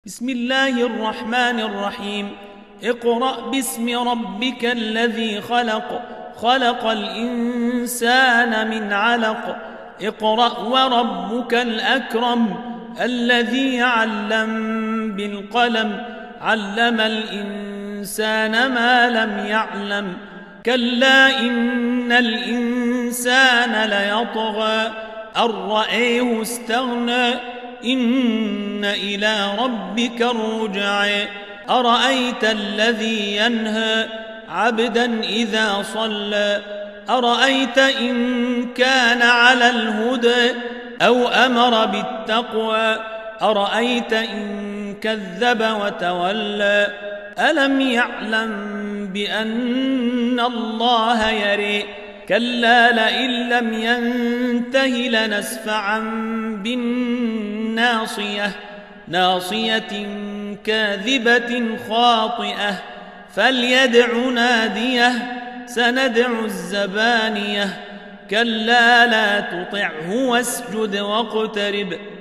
بسم الله الرحمن الرحيم. اقرأ باسم ربك الذي خلق، خلق الإنسان من علق. اقرأ وربك الأكرم الذي علم بالقلم، علم الإنسان ما لم يعلم. كلا إن الإنسان ليطغى أن رآه استغنى، إن إلى ربك الرجع. أرأيت الذي ينهى عبدا إذا صلى، أرأيت إن كان على الهدى أو أمر بالتقوى، أرأيت إن كذب وتولى. ألم يعلم بأن الله يرى، كلا لئن لم ينته لنسفعا بالناصية، ناصية كاذبة خاطئة. فليدع ناديه، سندع الزبانية. كلا لا تطعه واسجد واقترب.